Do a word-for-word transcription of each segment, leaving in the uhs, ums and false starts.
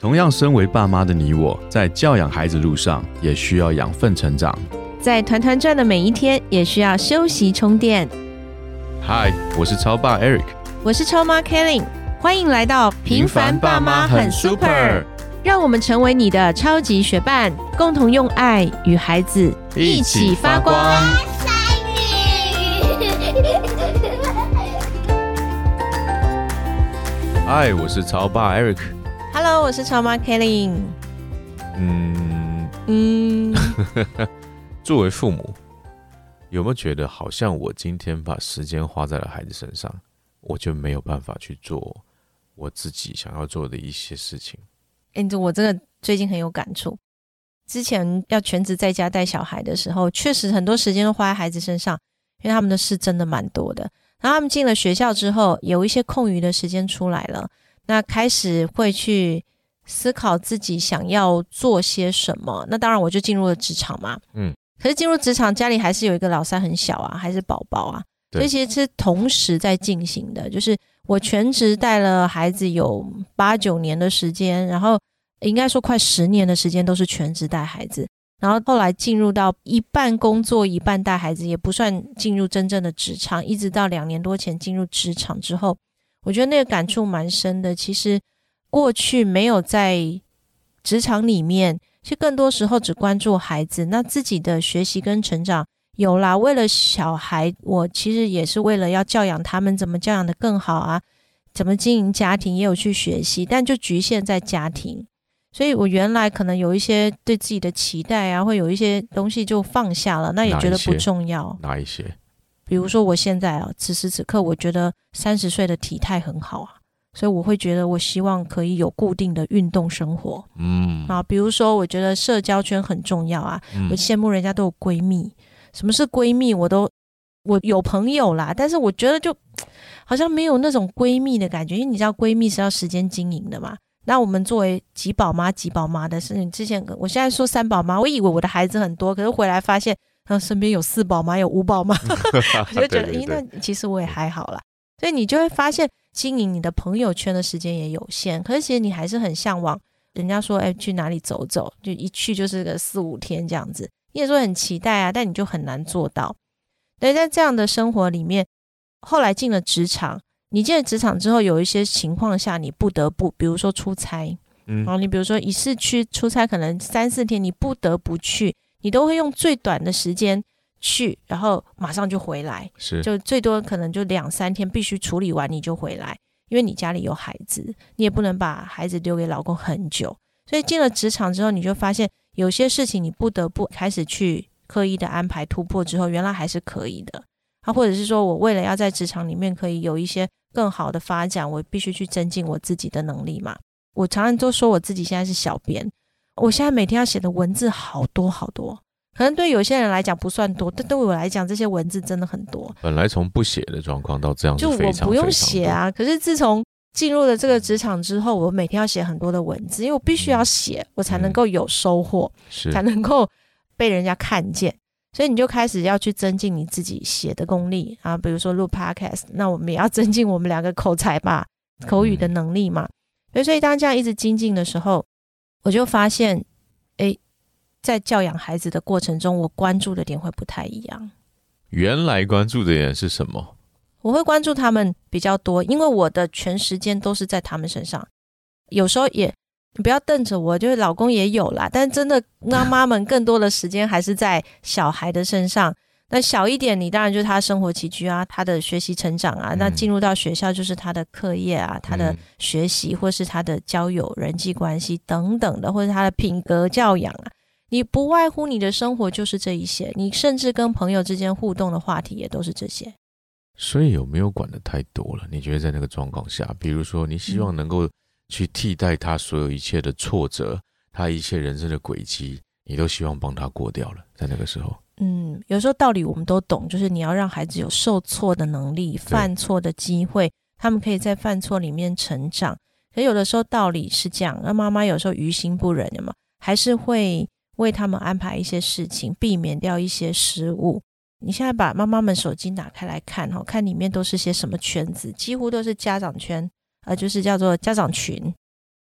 同样身为爸妈的你我，在教养孩子路上也需要养分成长， 在团团转的每一天也需要休息充电。 嗨，我是超爸 Eric， 我是超妈 Kelly， 欢迎来到平凡爸妈很 super， 让我们成为你的超级学伴，共同用爱与孩子一起发光。 嗨，我是超爸 Eric。Hello， 我是超妈 Kelly。 嗯嗯， 作为父母，有没有觉得好像我今天把时间花在了孩子身上，我就没有办法去做我自己想要做的一些事情？ 欸，我这个最近很有感触。之前要全职在家带小孩的时候，确实很多时间都花在孩子身上，因为他们的事真的蛮多的。然后他们进了学校之后，有一些空余的时间出来了，那开始会去思考自己想要做些什么。那当然我就进入了职场嘛，嗯，可是进入职场，家里还是有一个老三很小啊，还是宝宝啊，所以其实是同时在进行的。就是我全职带了孩子有八九年的时间，然后应该说快十年的时间都是全职带孩子，然后后来进入到一半工作一半带孩子，也不算进入真正的职场，一直到两年多前进入职场之后，我觉得那个感触蛮深的。其实过去没有在职场里面，其实更多时候只关注孩子，那自己的学习跟成长有啦，为了小孩，我其实也是为了要教养他们，怎么教养得更好啊，怎么经营家庭也有去学习，但就局限在家庭。所以我原来可能有一些对自己的期待啊，会有一些东西就放下了，那也觉得不重要。 哪一些？ 比如说我现在啊，此时此刻我觉得三十岁的体态很好啊，所以我会觉得我希望可以有固定的运动生活。嗯，啊，比如说我觉得社交圈很重要啊，嗯，我羡慕人家都有闺蜜。什么是闺蜜？我都我有朋友啦，但是我觉得就好像没有那种闺蜜的感觉，因为你知道闺蜜是要时间经营的嘛。那我们作为几宝妈几宝妈的是，你之前我现在说三宝妈，我以为我的孩子很多，可是回来发现然后身边有四宝妈有五宝妈我就觉得咦，那其实我也还好啦。所以你就会发现经营你的朋友圈的时间也有限，可是其实你还是很向往人家说哎，去哪里走走，就一去就是个四五天这样子，你也说很期待啊，但你就很难做到。对，在这样的生活里面，后来进了职场，你进了职场之后，有一些情况下你不得不，比如说出差，嗯，然后你比如说一市区出差，可能三四天你不得不去，你都会用最短的时间去，然后马上就回来， 是就最多可能就两三天必须处理完你就回来，因为你家里有孩子，你也不能把孩子丢给老公很久。所以进了职场之后，你就发现有些事情你不得不开始去刻意的安排突破之后，原来还是可以的。啊，或者是说我为了要在职场里面可以有一些更好的发展，我必须去增进我自己的能力嘛。我常常都说我自己现在是小编，我现在每天要写的文字好多好多，可能对有些人来讲不算多，但对我来讲这些文字真的很多。 本来从不写的状况到这样是非常非常多，就我不用写啊，可是自从进入了这个职场之后，我每天要写很多的文字，因为我必须要写，我才能够有收获， 嗯， 才能够被人家看见。所以你就开始要去增进你自己写的功力啊，比如说录 podcast， 那我们也要增进我们两个口才吧，口语的能力嘛。嗯，所以当这样一直精进的时候，我就发现诶，在教养孩子的过程中，我关注的点会不太一样。 原来关注的点是什么？ 我会关注他们比较多，因为我的全时间都是在他们身上。有时候也你不要瞪着我，就是老公也有啦，但真的妈妈们更多的时间还是在小孩的身上。那小一点，你当然就是他的生活起居啊，他的学习成长啊，嗯，那进入到学校就是他的课业啊，他的学习，或是他的交友人际关系等等的，或是他的品格教养啊，你不外乎你的生活就是这一些，你甚至跟朋友之间互动的话题也都是这些。 所以有没有管得太多了？你觉得在那个状况下，比如说你希望能够去替代他所有一切的挫折，他一切人生的轨迹，你都希望帮他过掉了，在那个时候。 嗯，有时候道理我们都懂，就是你要让孩子有受挫的能力，犯错的机会，他们可以在犯错里面成长。可有的时候道理是这样，那妈妈有时候于心不忍嘛，还是会为他们安排一些事情，避免掉一些失误。你现在把妈妈们手机打开来看，看里面都是些什么圈子，几乎都是家长圈，呃，就是叫做家长群。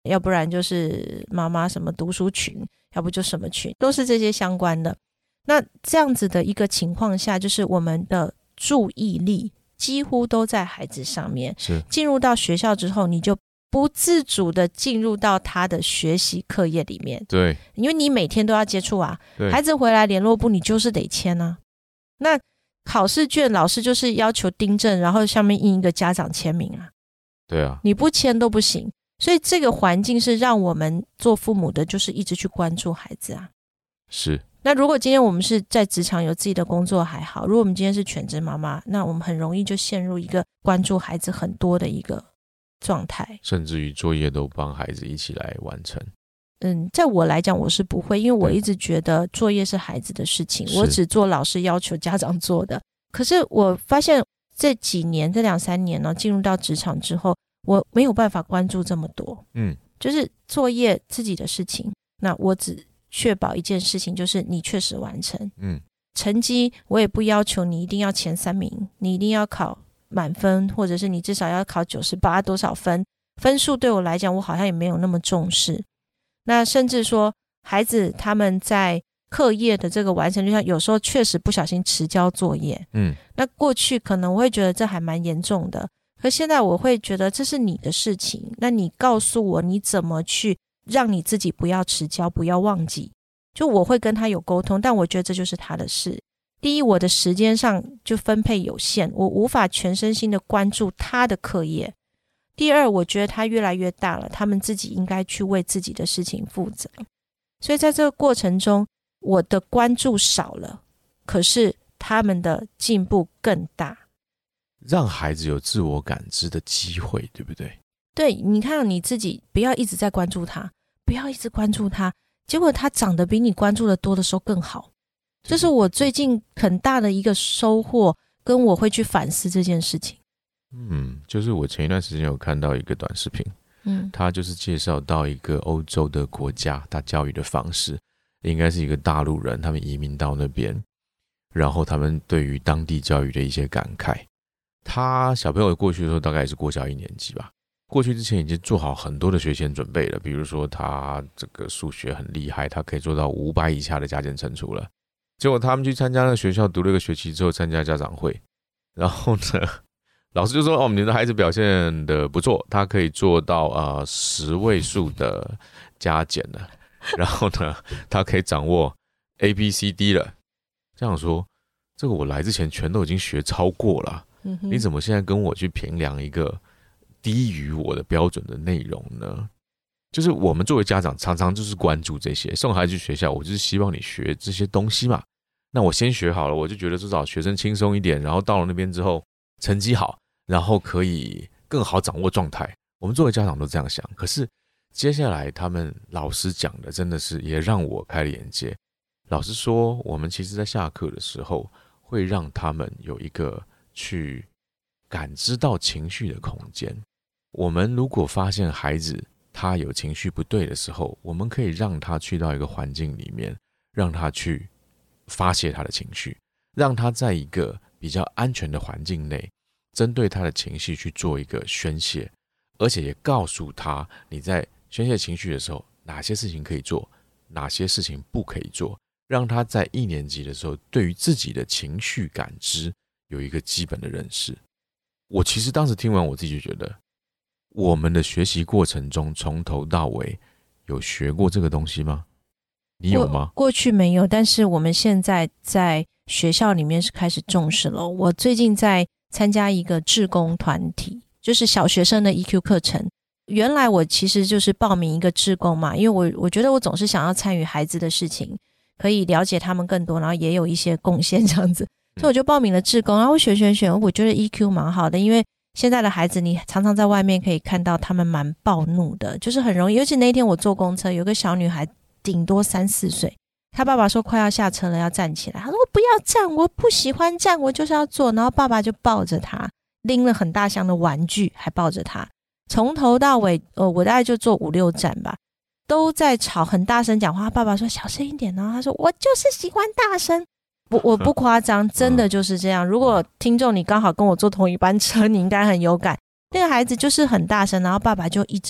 要不然就是妈妈什么读书群，要不就什么群，都是这些相关的。那这样子的一个情况下，就是我们的注意力几乎都在孩子上面。 是进入到学校之后，你就不自主的进入到他的学习课业里面。 对， 因为你每天都要接触啊， 对孩子回来联络簿你就是得签啊。那考试卷老师就是要求订正，然后上面印一个家长签名啊， 对啊， 你不签都不行。所以这个环境是让我们做父母的就是一直去关注孩子啊。 是。 那如果今天我们是在职场有自己的工作还好，如果我们今天是全职妈妈，那我们很容易就陷入一个关注孩子很多的一个状态， 甚至于作业都帮孩子一起来完成。 嗯，在我来讲我是不会，因为我一直觉得作业是孩子的事情，我只做老师要求家长做的。可是我发现这几年这两三年呢，进入到职场之后，我没有办法关注这么多。嗯，就是作业自己的事情，那我只确保一件事情，就是你确实完成。嗯，成绩我也不要求你一定要前三名，你一定要考满分，或者是你至少要考九十八多少分，分数对我来讲我好像也没有那么重视。那甚至说孩子他们在课业的这个完成，就像有时候确实不小心迟交作业，嗯，那过去可能我会觉得这还蛮严重的，可现在我会觉得这是你的事情，那你告诉我你怎么去让你自己不要迟交，不要忘记。就我会跟他有沟通，但我觉得这就是他的事。第一，我的时间上就分配有限，我无法全身心的关注他的课业。第二，我觉得他越来越大了，他们自己应该去为自己的事情负责。所以在这个过程中，我的关注少了，可是他们的进步更大。 让孩子有自我感知的机会，对不对？ 对，你看你自己不要一直在关注他，不要一直关注他，结果他长得比你关注的多的时候更好。这是我最近很大的一个收获，跟我会去反思这件事情。 嗯，就是我前一段时间有看到一个短视频，嗯，他就是介绍到一个欧洲的国家，他教育的方式应该是一个大陆人，他们移民到那边，然后他们对于当地教育的一些感慨。他小朋友过去的时候大概也是国小一年级吧，过去之前已经做好很多的学前准备了，比如说他这个数学很厉害，他可以做到五百以下的加减乘除了。结果他们去参加那个学校读了一个学期之后，参加家长会，然后呢老师就说，哦，你的孩子表现的不错，他可以做到呃十位数的加减了，然后呢他可以掌握 A B C D 了。这样说，这个我来之前全都已经学超过了，嗯，你怎么现在跟我去评量一个低于我的标准的内容呢？就是我们作为家长常常就是关注这些，送孩子去学校，我就是希望你学这些东西嘛。那我先学好了，我就觉得至少学生轻松一点，然后到了那边之后成绩好，然后可以更好掌握状态。我们作为家长都这样想，可是接下来他们老师讲的真的是也让我开了眼界。老师说，我们其实在下课的时候会让他们有一个去感知到情绪的空间。我们如果发现孩子他有情绪不对的时候，我们可以让他去到一个环境里面，让他去发泄他的情绪，让他在一个比较安全的环境内，针对他的情绪去做一个宣泄，而且也告诉他你在宣泄情绪的时候哪些事情可以做，哪些事情不可以做，让他在一年级的时候对于自己的情绪感知有一个基本的认识。我其实当时听完我自己就觉得，我们的学习过程中从头到尾有学过这个东西吗？你有吗？ 过, 过去没有，但是我们现在在学校里面是开始重视了。我最近在参加一个志工团体，就是小学生的 E Q 课程。原来我其实就是报名一个志工嘛，因为我我觉得我总是想要参与孩子的事情，可以了解他们更多，然后也有一些贡献这样子，所以我就报名了志工。然后我选选选，我觉得 E Q 蛮好的，因为现在的孩子你常常在外面可以看到他们蛮暴怒的，就是很容易。尤其那一天我坐公车，有个小女孩顶多三四岁，她爸爸说快要下车了要站起来，她说我不要站，我不喜欢站，我就是要坐。然后爸爸就抱着她，拎了很大箱的玩具还抱着她，从头到尾呃，我大概就坐五六站吧，都在吵，很大声讲话。爸爸说小声一点，然后他说我就是喜欢大声。我我不夸张，真的就是这样。如果听众你刚好跟我坐同一班车，你应该很有感。那个孩子就是很大声，然后爸爸就一直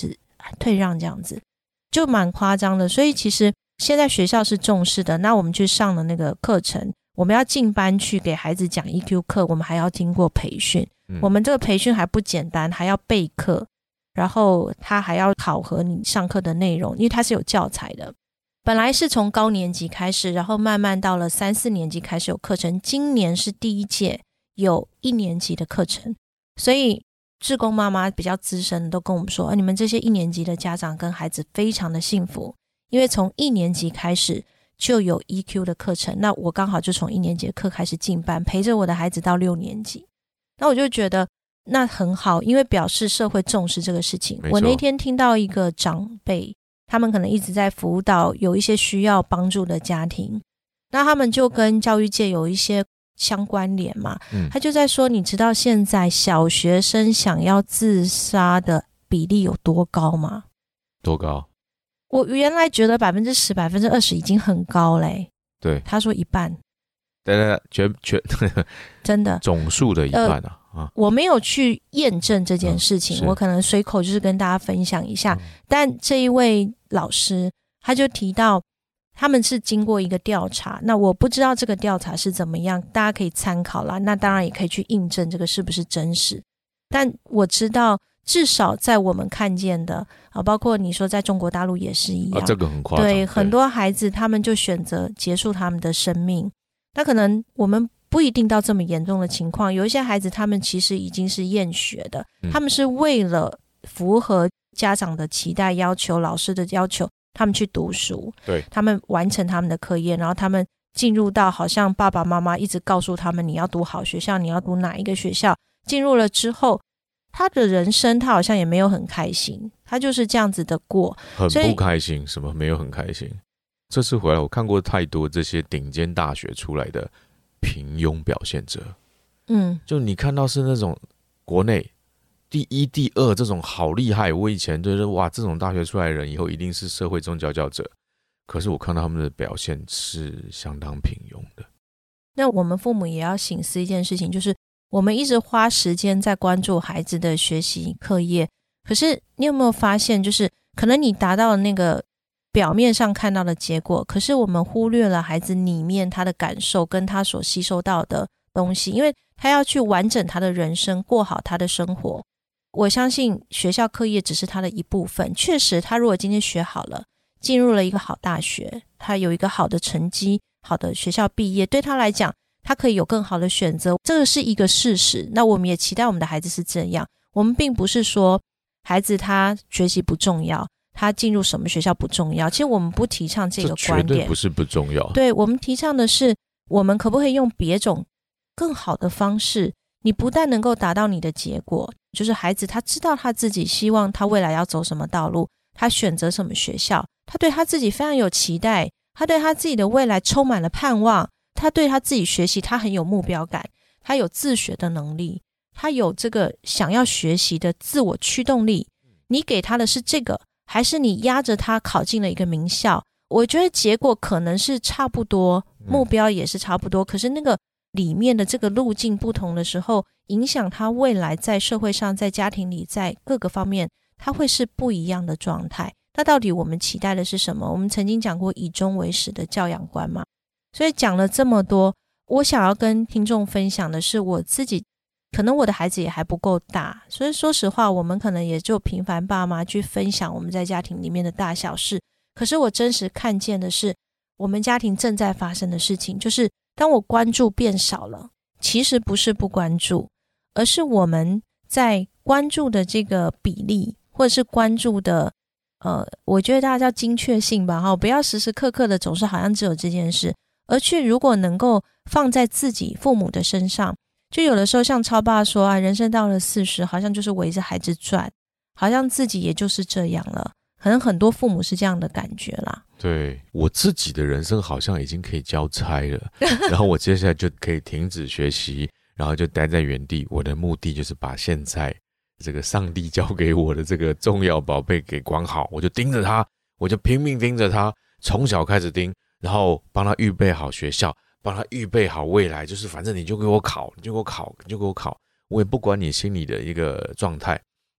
退让这样子，就蛮夸张的。所以其实现在学校是重视的，那我们去上了那个课程，我们要进班去给孩子讲 E Q 课，我们还要经过培训、嗯、我们这个培训还不简单，还要备课，然后他还要考核你上课的内容，因为他是有教材的。本来是从高年级开始，然后慢慢到了三四年级开始有课程，今年是第一届有一年级的课程，所以志工妈妈比较资深的都跟我们说、啊、你们这些一年级的家长跟孩子非常的幸福，因为从一年级开始就有 E Q 的课程，那我刚好就从一年级的课开始进班，陪着我的孩子到六年级，那我就觉得那很好，因为表示社会重视这个事情。我那天听到一个长辈，他们可能一直在辅导有一些需要帮助的家庭，那他们就跟教育界有一些相关联嘛、嗯、他就在说，你知道现在小学生想要自杀的比例有多高吗？ 多高？ 我原来觉得百分之十、百分之二十已经很高嘞。 对， 他说一半。 对对，全全真的总数的一半啊。呃啊我没有去验证这件事情、嗯、我可能随口就是跟大家分享一下、嗯、但这一位老师他就提到他们是经过一个调查，那我不知道这个调查是怎么样，大家可以参考啦，那当然也可以去印证这个是不是真实，但我知道至少在我们看见的啊，包括你说在中国大陆也是一样、 啊、这个很夸张， 对，很多孩子他们就选择结束他们的生命，那可能我们不一定到这么严重的情况，有一些孩子他们其实已经是厌学的、嗯、他们是为了符合家长的期待要求、老师的要求，他们去读书， 对， 他们完成他们的课业，然后他们进入到好像爸爸妈妈一直告诉他们你要读好学校，你要读哪一个学校，进入了之后他的人生他好像也没有很开心，他就是这样子的过， 很不开心。什么没有很开心？这次回来我看过太多这些顶尖大学出来的平庸表现者，嗯，就你看到是那种国内第一第二这种好厉害，我以前觉得哇这种大学出来的人以后一定是社会中佼佼者，可是我看到他们的表现是相当平庸的。 那我们父母也要省思一件事情，就是我们一直花时间在关注孩子的学习课业，可是你有没有发现，就是可能你达到那个表面上看到的结果，可是我们忽略了孩子里面他的感受跟他所吸收到的东西，因为他要去完整他的人生，过好他的生活。我相信学校课业只是他的一部分，确实他如果今天学好了，进入了一个好大学，他有一个好的成绩，好的学校毕业，对他来讲他可以有更好的选择，这个是一个事实。那我们也期待我们的孩子是这样，我们并不是说孩子他学习不重要，他进入什么学校不重要，其实我们不提倡这个观点， 这绝对不是不重要。 对，我们提倡的是我们可不可以用别种更好的方式，你不但能够达到你的结果，就是孩子他知道他自己希望他未来要走什么道路，他选择什么学校，他对他自己非常有期待，他对他自己的未来充满了盼望，他对他自己学习他很有目标感，他有自学的能力，他有这个想要学习的自我驱动力。你给他的是这个，还是你压着他考进了一个名校？我觉得结果可能是差不多，目标也是差不多，可是那个里面的这个路径不同的时候，影响他未来在社会上，在家庭里，在各个方面他会是不一样的状态。那到底我们期待的是什么？我们曾经讲过以终为始的教养观嘛，所以讲了这么多，我想要跟听众分享的是，我自己可能我的孩子也还不够大，所以说实话我们可能也就平凡爸妈去分享我们在家庭里面的大小事，可是我真实看见的是我们家庭正在发生的事情，就是当我关注变少了，其实不是不关注，而是我们在关注的这个比例，或者是关注的呃，我觉得大家叫精确性吧，不要时时刻刻的总是好像只有这件事，而去如果能够放在自己父母的身上，就有的时候像超爸说啊，人生到了四十好像就是围着孩子转，好像自己也就是这样了，可能很多父母是这样的感觉啦。 对，我自己的人生好像已经可以交差了然后我接下来就可以停止学习，然后就待在原地，我的目的就是把现在这个上帝交给我的这个重要宝贝给管好，我就盯着他，我就拼命盯着他，从小开始盯，然后帮他预备好学校，帮他预备好未来，就是反正你就给我考，你就给我考，你就给我考，我也不管你心里的一个状态，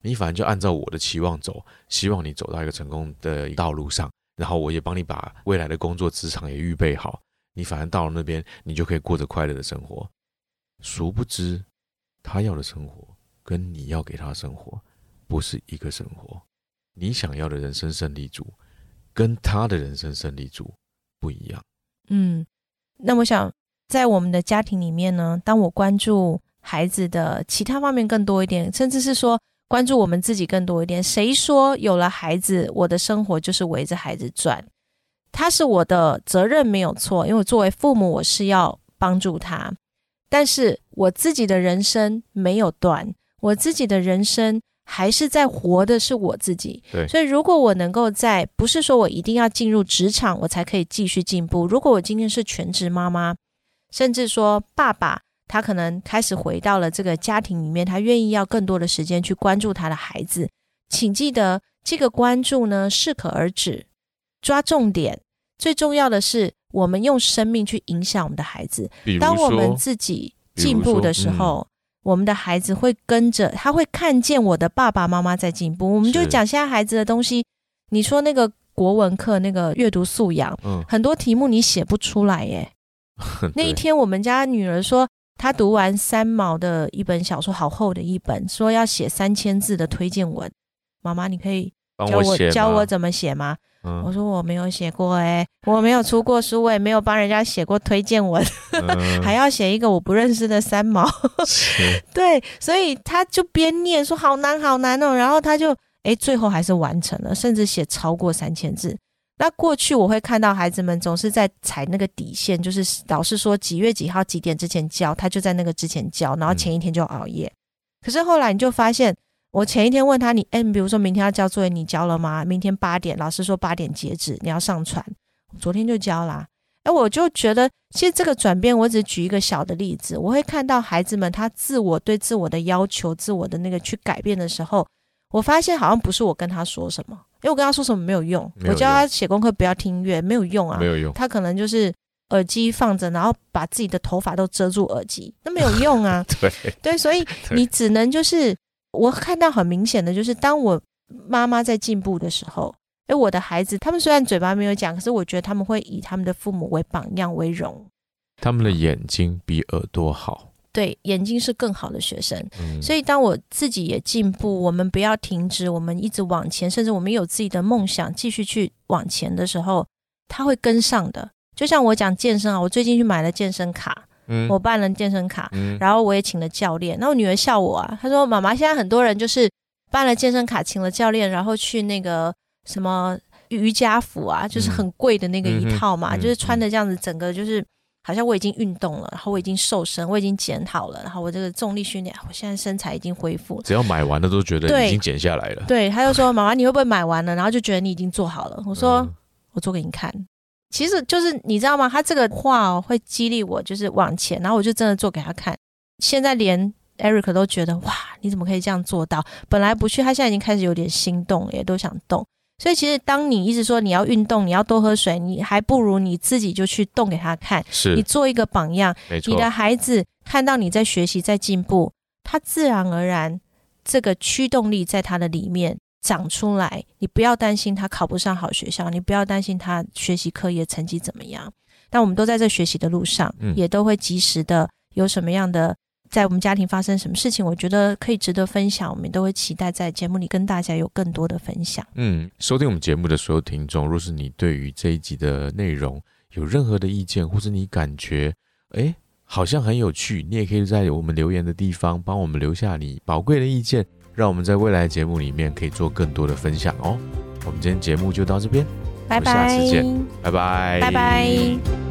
你反而就按照我的期望走，希望你走到一个成功的道路上，然后我也帮你把未来的工作职场也预备好，你反而到了那边你就可以过着快乐的生活。殊不知他要的生活跟你要给他的生活不是一个生活，你想要的人生胜利组跟他的人生胜利组不一样。 嗯，那我想在我们的家庭里面呢，当我关注孩子的其他方面更多一点，甚至是说关注我们自己更多一点，谁说有了孩子我的生活就是围着孩子转？他是我的责任没有错，因为我作为父母我是要帮助他，但是我自己的人生没有断，我自己的人生还是在活的是我自己。 对， 所以如果我能够在，不是说我一定要进入职场我才可以继续进步，如果我今天是全职妈妈，甚至说爸爸他可能开始回到了这个家庭里面，他愿意要更多的时间去关注他的孩子，请记得这个关注呢适可而止，抓重点，最重要的是我们用生命去影响我们的孩子。当我们自己进步的时候，我们的孩子会跟着，他会看见我的爸爸妈妈在进步。我们就讲现在孩子的东西，你说那个国文课那个阅读素养、嗯、很多题目你写不出来耶那一天我们家女儿说她读完三毛的一本小说，好厚的一本，说要写三千字的推荐文，妈妈你可以教我教我怎么写吗？嗯、我说我没有写过哎、欸，我没有出过书，我也没有帮人家写过推荐文、嗯、还要写一个我不认识的三毛对，所以他就边念说好难好难哦，然后他就哎最后还是完成了，甚至写超过三千字。那过去我会看到孩子们总是在踩那个底线，就是老师说几月几号几点之前交，他就在那个之前交，然后前一天就熬夜、嗯、可是后来你就发现，我前一天问他你哎，比如说明天要交作业你交了吗？明天八点老师说八点截止你要上传，昨天就交啦。哎，我就觉得其实这个转变，我只举一个小的例子，我会看到孩子们他自我对自我的要求，自我的那个去改变的时候，我发现好像不是我跟他说什么，因为我跟他说什么没有用，我叫他写功课不要听音乐没有用啊， 没有用， 他可能就是耳机放着，然后把自己的头发都遮住耳机，那没有用啊对对，所以你只能就是我看到很明显的就是当我妈妈在进步的时候，诶，我的孩子他们虽然嘴巴没有讲，可是我觉得他们会以他们的父母为榜样为荣， 他们的眼睛比耳朵好， 对，眼睛是更好的学生、嗯、所以当我自己也进步，我们不要停止，我们一直往前，甚至我们有自己的梦想继续去往前的时候，他会跟上的。就像我讲健身啊，我最近去买了健身卡、嗯、我办了健身卡、嗯、然后我也请了教练，然后我女儿笑我啊，她说妈妈现在很多人就是办了健身卡请了教练，然后去那个什么瑜伽服啊，就是很贵的那个一套嘛、嗯、就是穿的这样子，整个就是好像我已经运动了，然后我已经瘦身，我已经减好了，然后我这个重力训练，我现在身材已经恢复了， 只要买完了都觉得已经减下来了。 对, 对他就说妈妈你会不会买完了，然后就觉得你已经做好了，我说、嗯、我做给你看。其实就是你知道吗，他这个话、哦、会激励我就是往前，然后我就真的做给他看。现在连 Eric 都觉得哇你怎么可以这样做到，本来不去，他现在已经开始有点心动，也都想动。所以其实当你一直说你要运动，你要多喝水，你还不如你自己就去动给他看， 是你做一个榜样，没错，你的孩子看到你在学习在进步，他自然而然这个驱动力在他的里面长出来。你不要担心他考不上好学校，你不要担心他学习课业成绩怎么样，但我们都在这学习的路上、嗯、也都会及时的有什么样的在我们家庭发生什么事情，我觉得可以值得分享，我们都会期待在节目里跟大家有更多的分享。 嗯，收听我们节目的所有听众，若是你对于这一集的内容有任何的意见，或是你感觉诶好像很有趣，你也可以在我们留言的地方帮我们留下你宝贵的意见，让我们在未来的节目里面可以做更多的分享哦。我们今天节目就到这边， 拜拜， 下次见，拜拜， 拜拜。